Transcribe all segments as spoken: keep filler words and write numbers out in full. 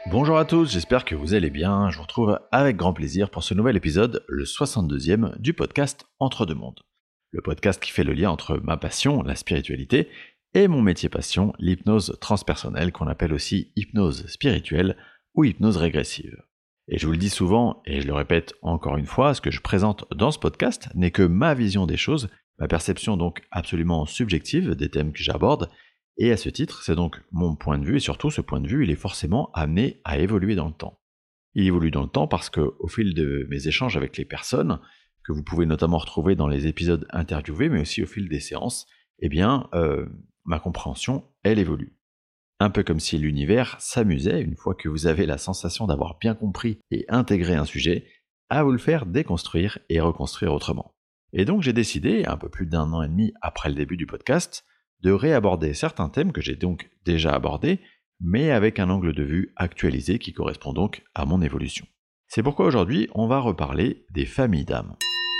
Bonjour à tous, j'espère que vous allez bien. Je vous retrouve avec grand plaisir pour ce nouvel épisode, le soixante-deuxième du podcast Entre deux mondes. Le podcast qui fait le lien entre ma passion, la spiritualité, et mon métier passion, l'hypnose transpersonnelle, qu'on appelle aussi hypnose spirituelle ou hypnose régressive. Et je vous le dis souvent, et je le répète encore une fois, ce que je présente dans ce podcast n'est que ma vision des choses, ma perception donc absolument subjective des thèmes que j'aborde, et à ce titre, c'est donc mon point de vue, et surtout ce point de vue, il est forcément amené à évoluer dans le temps. Il évolue dans le temps parce qu'au fil de mes échanges avec les personnes, que vous pouvez notamment retrouver dans les épisodes interviewés, mais aussi au fil des séances, eh bien, euh, ma compréhension, elle évolue. Un peu comme si l'univers s'amusait, une fois que vous avez la sensation d'avoir bien compris et intégré un sujet, à vous le faire déconstruire et reconstruire autrement. Et donc j'ai décidé, un peu plus d'un an et demi après le début du podcast, de réaborder certains thèmes que j'ai donc déjà abordés, mais avec un angle de vue actualisé qui correspond donc à mon évolution. C'est pourquoi aujourd'hui, on va reparler des familles d'âmes.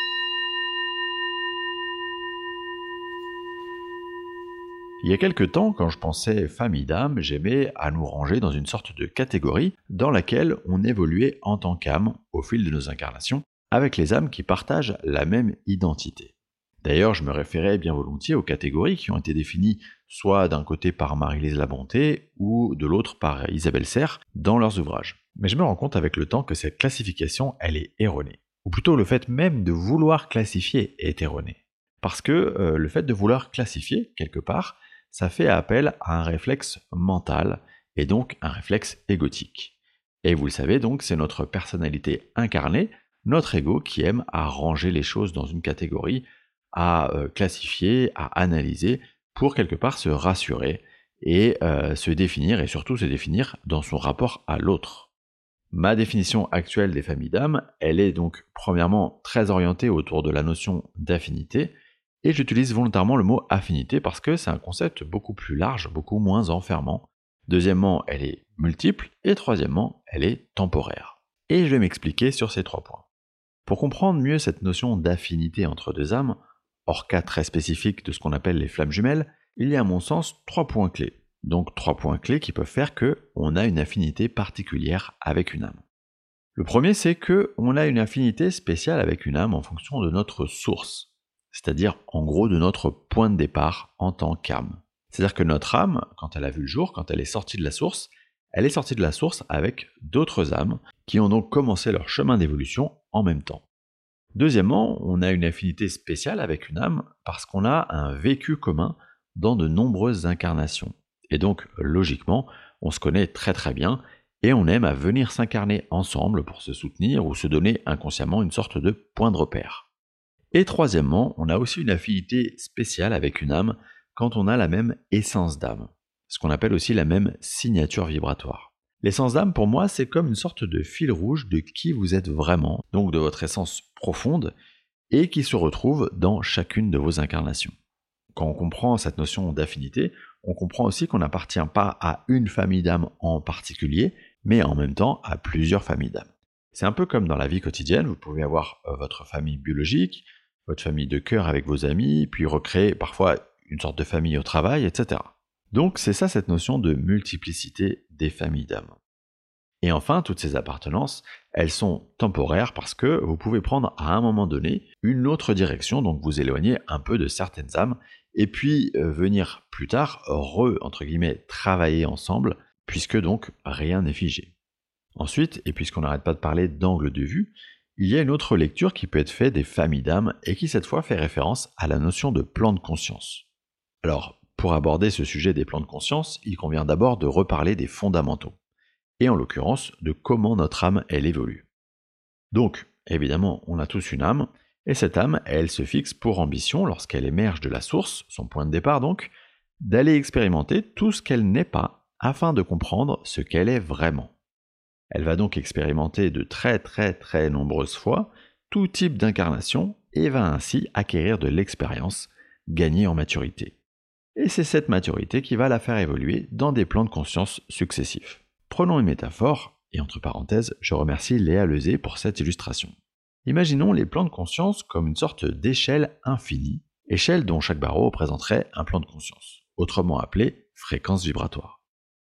Il y a quelques temps, quand je pensais famille d'âmes, j'aimais à nous ranger dans une sorte de catégorie dans laquelle on évoluait en tant qu'âme au fil de nos incarnations, avec les âmes qui partagent la même identité. D'ailleurs, je me référais bien volontiers aux catégories qui ont été définies soit d'un côté par Marie-Lise Labonté ou de l'autre par Isabelle Serres dans leurs ouvrages. Mais je me rends compte avec le temps que cette classification, elle est erronée. Ou plutôt le fait même de vouloir classifier est erroné. Parce que euh, le fait de vouloir classifier, quelque part, ça fait appel à un réflexe mental, et donc un réflexe égotique. Et vous le savez donc, c'est notre personnalité incarnée, notre ego qui aime à ranger les choses dans une catégorie, à euh, classifier, à analyser, pour quelque part se rassurer et euh, se définir, et surtout se définir dans son rapport à l'autre. Ma définition actuelle des familles d'âmes, elle est donc premièrement très orientée autour de la notion d'affinité, et j'utilise volontairement le mot affinité parce que c'est un concept beaucoup plus large, beaucoup moins enfermant. Deuxièmement, elle est multiple, et troisièmement, elle est temporaire. Et je vais m'expliquer sur ces trois points. Pour comprendre mieux cette notion d'affinité entre deux âmes, hors cas très spécifique de ce qu'on appelle les flammes jumelles, il y a à mon sens trois points clés. Donc trois points clés qui peuvent faire qu'on a une affinité particulière avec une âme. Le premier, c'est qu'on a une affinité spéciale avec une âme en fonction de notre source, c'est-à-dire en gros de notre point de départ en tant qu'âme. C'est-à-dire que notre âme, quand elle a vu le jour, quand elle est sortie de la source, elle est sortie de la source avec d'autres âmes qui ont donc commencé leur chemin d'évolution en même temps. Deuxièmement, on a une affinité spéciale avec une âme parce qu'on a un vécu commun dans de nombreuses incarnations. Et donc, logiquement, on se connaît très très bien et on aime à venir s'incarner ensemble pour se soutenir ou se donner inconsciemment une sorte de point de repère. Et troisièmement, on a aussi une affinité spéciale avec une âme quand on a la même essence d'âme, ce qu'on appelle aussi la même signature vibratoire. L'essence d'âme, pour moi, c'est comme une sorte de fil rouge de qui vous êtes vraiment, donc de votre essence profonde, et qui se retrouve dans chacune de vos incarnations. Quand on comprend cette notion d'affinité, on comprend aussi qu'on n'appartient pas à une famille d'âmes en particulier, mais en même temps à plusieurs familles d'âmes. C'est un peu comme dans la vie quotidienne, vous pouvez avoir votre famille biologique, votre famille de cœur avec vos amis, puis recréer parfois une sorte de famille au travail, et cetera. Donc c'est ça cette notion de multiplicité des familles d'âmes. Et enfin, toutes ces appartenances, elles sont temporaires parce que vous pouvez prendre à un moment donné une autre direction, donc vous éloigner un peu de certaines âmes, et puis euh, venir plus tard, re, entre guillemets, travailler ensemble, puisque donc rien n'est figé. Ensuite, et puisqu'on n'arrête pas de parler d'angle de vue, il y a une autre lecture qui peut être faite des familles d'âmes, et qui cette fois fait référence à la notion de plan de conscience. Alors, pour aborder ce sujet des plans de conscience, il convient d'abord de reparler des fondamentaux, et en l'occurrence de comment notre âme elle évolue. Donc, évidemment, on a tous une âme, et cette âme, elle se fixe pour ambition, lorsqu'elle émerge de la source, son point de départ donc, d'aller expérimenter tout ce qu'elle n'est pas, afin de comprendre ce qu'elle est vraiment. Elle va donc expérimenter de très très très nombreuses fois tout type d'incarnation, et va ainsi acquérir de l'expérience, gagner en maturité. Et c'est cette maturité qui va la faire évoluer dans des plans de conscience successifs. Prenons une métaphore, et entre parenthèses, je remercie Léa Lezé pour cette illustration. Imaginons les plans de conscience comme une sorte d'échelle infinie, échelle dont chaque barreau représenterait un plan de conscience, autrement appelé fréquence vibratoire.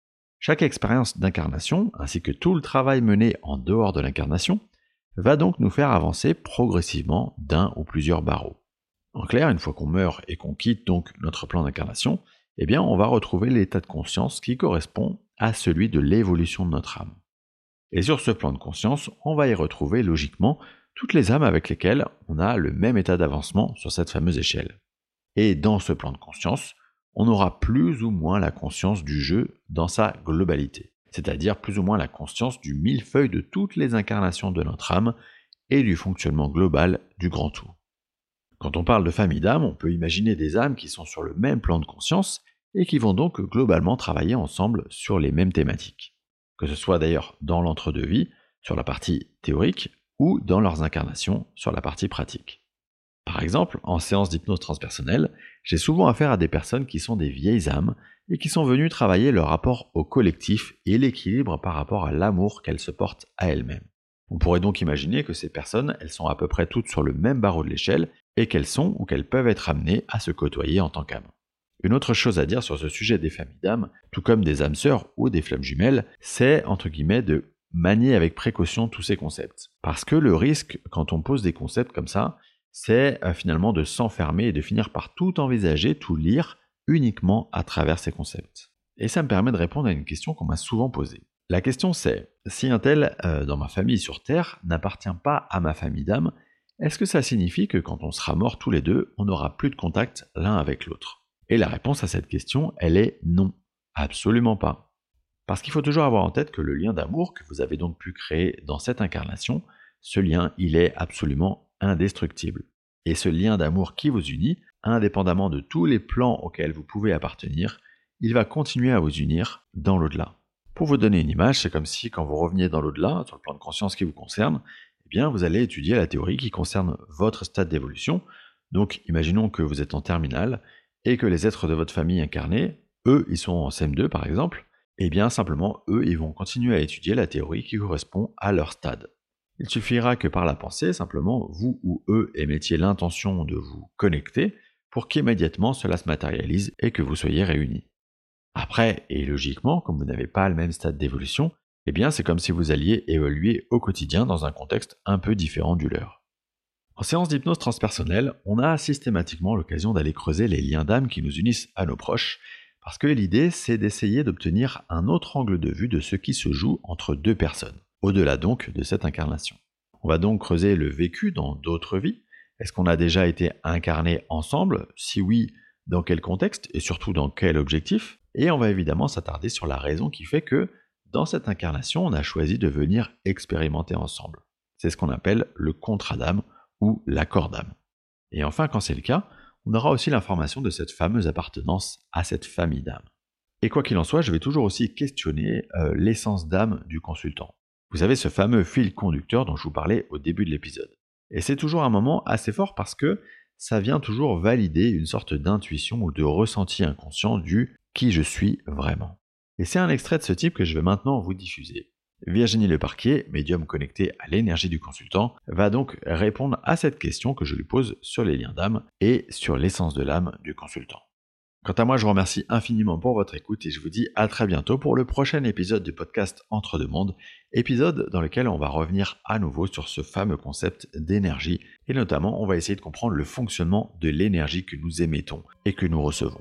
Chaque expérience d'incarnation, ainsi que tout le travail mené en dehors de l'incarnation, va donc nous faire avancer progressivement d'un ou plusieurs barreaux. En clair, une fois qu'on meurt et qu'on quitte donc notre plan d'incarnation, eh bien on va retrouver l'état de conscience qui correspond à celui de l'évolution de notre âme. Et sur ce plan de conscience, on va y retrouver logiquement toutes les âmes avec lesquelles on a le même état d'avancement sur cette fameuse échelle. Et dans ce plan de conscience, on aura plus ou moins la conscience du jeu dans sa globalité, c'est-à-dire plus ou moins la conscience du millefeuille de toutes les incarnations de notre âme et du fonctionnement global du grand tout. Quand on parle de famille d'âmes, on peut imaginer des âmes qui sont sur le même plan de conscience et qui vont donc globalement travailler ensemble sur les mêmes thématiques. Que ce soit d'ailleurs dans l'entre-deux-vie, sur la partie théorique, ou dans leurs incarnations, sur la partie pratique. Par exemple, en séance d'hypnose transpersonnelle, j'ai souvent affaire à des personnes qui sont des vieilles âmes et qui sont venues travailler leur rapport au collectif et l'équilibre par rapport à l'amour qu'elles se portent à elles-mêmes. On pourrait donc imaginer que ces personnes, elles sont à peu près toutes sur le même barreau de l'échelle et qu'elles sont ou qu'elles peuvent être amenées à se côtoyer en tant qu'âmes. Une autre chose à dire sur ce sujet des familles d'âmes, tout comme des âmes sœurs ou des flammes jumelles, c'est entre guillemets de manier avec précaution tous ces concepts. Parce que le risque, quand on pose des concepts comme ça, c'est euh, finalement de s'enfermer et de finir par tout envisager, tout lire, uniquement à travers ces concepts. Et ça me permet de répondre à une question qu'on m'a souvent posée. La question c'est, si un tel euh, dans ma famille sur Terre n'appartient pas à ma famille d'âmes, est-ce que ça signifie que quand on sera morts tous les deux, on n'aura plus de contact l'un avec l'autre? Et la réponse à cette question, elle est non, absolument pas. Parce qu'il faut toujours avoir en tête que le lien d'amour que vous avez donc pu créer dans cette incarnation, ce lien, il est absolument indestructible. Et ce lien d'amour qui vous unit, indépendamment de tous les plans auxquels vous pouvez appartenir, il va continuer à vous unir dans l'au-delà. Pour vous donner une image, c'est comme si quand vous reveniez dans l'au-delà, sur le plan de conscience qui vous concerne, eh bien vous allez étudier la théorie qui concerne votre stade d'évolution. Donc imaginons que vous êtes en terminale et que les êtres de votre famille incarnés, eux, ils sont en C M deux par exemple, eh bien simplement, eux, ils vont continuer à étudier la théorie qui correspond à leur stade. Il suffira que par la pensée, simplement, vous ou eux émettiez l'intention de vous connecter pour qu'immédiatement cela se matérialise et que vous soyez réunis. Après, et logiquement, comme vous n'avez pas le même stade d'évolution, eh bien c'est comme si vous alliez évoluer au quotidien dans un contexte un peu différent du leur. En séance d'hypnose transpersonnelle, on a systématiquement l'occasion d'aller creuser les liens d'âme qui nous unissent à nos proches, parce que l'idée c'est d'essayer d'obtenir un autre angle de vue de ce qui se joue entre deux personnes, au-delà donc de cette incarnation. On va donc creuser le vécu dans d'autres vies. Est-ce qu'on a déjà été incarnés ensemble? Si oui, dans quel contexte et surtout dans quel objectif? Et on va évidemment s'attarder sur la raison qui fait que, dans cette incarnation, on a choisi de venir expérimenter ensemble. C'est ce qu'on appelle le contrat d'âme ou l'accord d'âme. Et enfin, quand c'est le cas, on aura aussi l'information de cette fameuse appartenance à cette famille d'âme. Et quoi qu'il en soit, je vais toujours aussi questionner euh, l'essence d'âme du consultant. Vous savez, ce fameux fil conducteur dont je vous parlais au début de l'épisode. Et c'est toujours un moment assez fort parce que ça vient toujours valider une sorte d'intuition ou de ressenti inconscient du qui je suis vraiment. Et c'est un extrait de ce type que je vais maintenant vous diffuser. Virginie Leparquier, médium connecté à l'énergie du consultant, va donc répondre à cette question que je lui pose sur les liens d'âme et sur l'essence de l'âme du consultant. Quant à moi, je vous remercie infiniment pour votre écoute et je vous dis à très bientôt pour le prochain épisode du podcast Entre deux mondes, épisode dans lequel on va revenir à nouveau sur ce fameux concept d'énergie et notamment on va essayer de comprendre le fonctionnement de l'énergie que nous émettons et que nous recevons.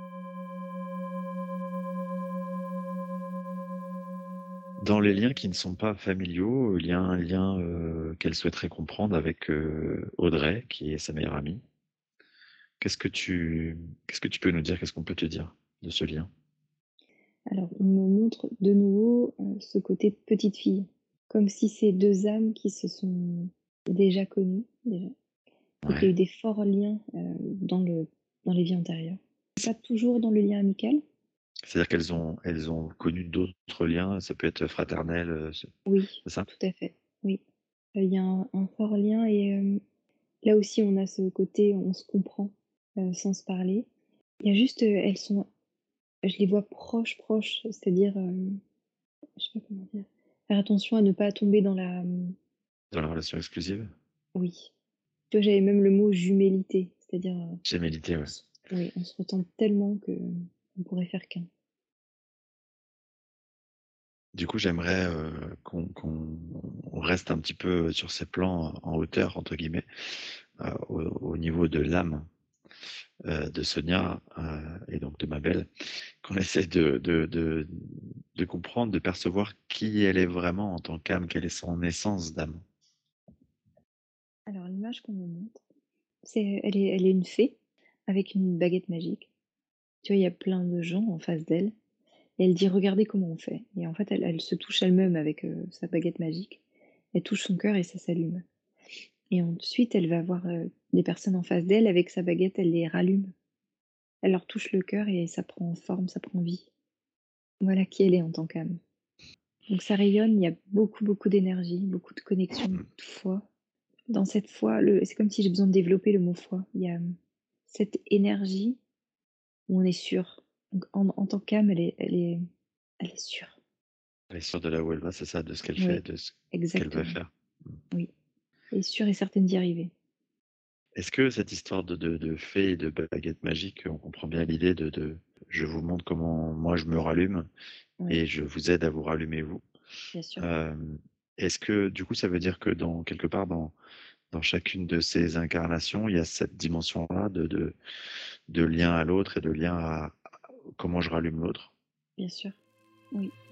Dans les liens qui ne sont pas familiaux, il y a un lien euh, qu'elle souhaiterait comprendre avec euh, Audrey, qui est sa meilleure amie. Qu'est-ce que tu, qu'est-ce que tu peux nous dire? Qu'est-ce qu'on peut te dire de ce lien? Alors, on me montre de nouveau euh, ce côté petite fille, comme si ces deux âmes qui se sont déjà connues, déjà, et qu'il y a eu Ouais. des forts liens euh, dans, le, dans les vies antérieures. Pas toujours dans le lien amical. C'est-à-dire qu'elles ont, elles ont connu d'autres liens, ça peut être fraternel, euh, c'est Oui, c'est ça? tout à fait. Oui. Euh, Il y a un, un fort lien et euh, là aussi on a ce côté, on se comprend euh, sans se parler. Il y a juste, euh, elles sont, je les vois proches, proches, c'est-à-dire, euh, je sais pas comment dire, faire attention à ne pas tomber dans la, Dans la relation exclusive? oui. Tu vois, j'avais même le mot jumélité, c'est-à-dire, heu, Gémellité, on ouais. s oui, on se ressemble tellement qu'on pourrait faire qu'un. Du coup, j'aimerais euh, qu'on qu'on- on reste un petit peu sur ces plans en hauteur, entre guillemets, euh, au, au niveau de l'âme euh, de Sonia euh, et donc de ma belle, qu'on essaie de, de, de, de comprendre, de percevoir qui elle est vraiment en tant qu'âme, quelle est son essence d'âme. Alors l'image qu'on me montre, c'est elle est elle est une fée avec une baguette magique. Tu vois, il y a plein de gens en face d'elle et elle dit: «Regardez comment on fait» et en fait, elle elle se touche elle-même avec, heu, sa baguette magique. Elle touche son cœur et ça s'allume et ensuite elle va voir, heu, les personnes en face d'elle avec sa baguette, elle les rallume. Elle leur touche le cœur et ça prend forme, ça prend vie. Voilà qui elle est en tant qu'âme. Donc ça rayonne, il y a beaucoup, beaucoup d'énergie, beaucoup de connexion, beaucoup de foi. Dans cette foi, le c'est comme si j'ai besoin de développer le mot foi. Il y a, mmh, cette énergie où on est sûr. Donc en en tant qu'âme, elle est elle est elle est sûre. Elle est sûre de là où elle va, c'est ça, de ce qu'elle fait, Oui, de ce qu'elle va exactement. faire. Oui, elle est sûre et certaine d'y arriver. Est-ce que cette histoire de, de, de fée et de baguette magique, on comprend bien l'idée de, de je vous montre comment moi je me rallume Oui, et je vous aide à vous rallumer vous. bien sûr. Euh, Est-ce que du coup ça veut dire que dans quelque part dans, dans chacune de ces incarnations, il y a cette dimension-là de, de, de lien à l'autre et de lien à, à comment je rallume l'autre? Bien sûr. Oui.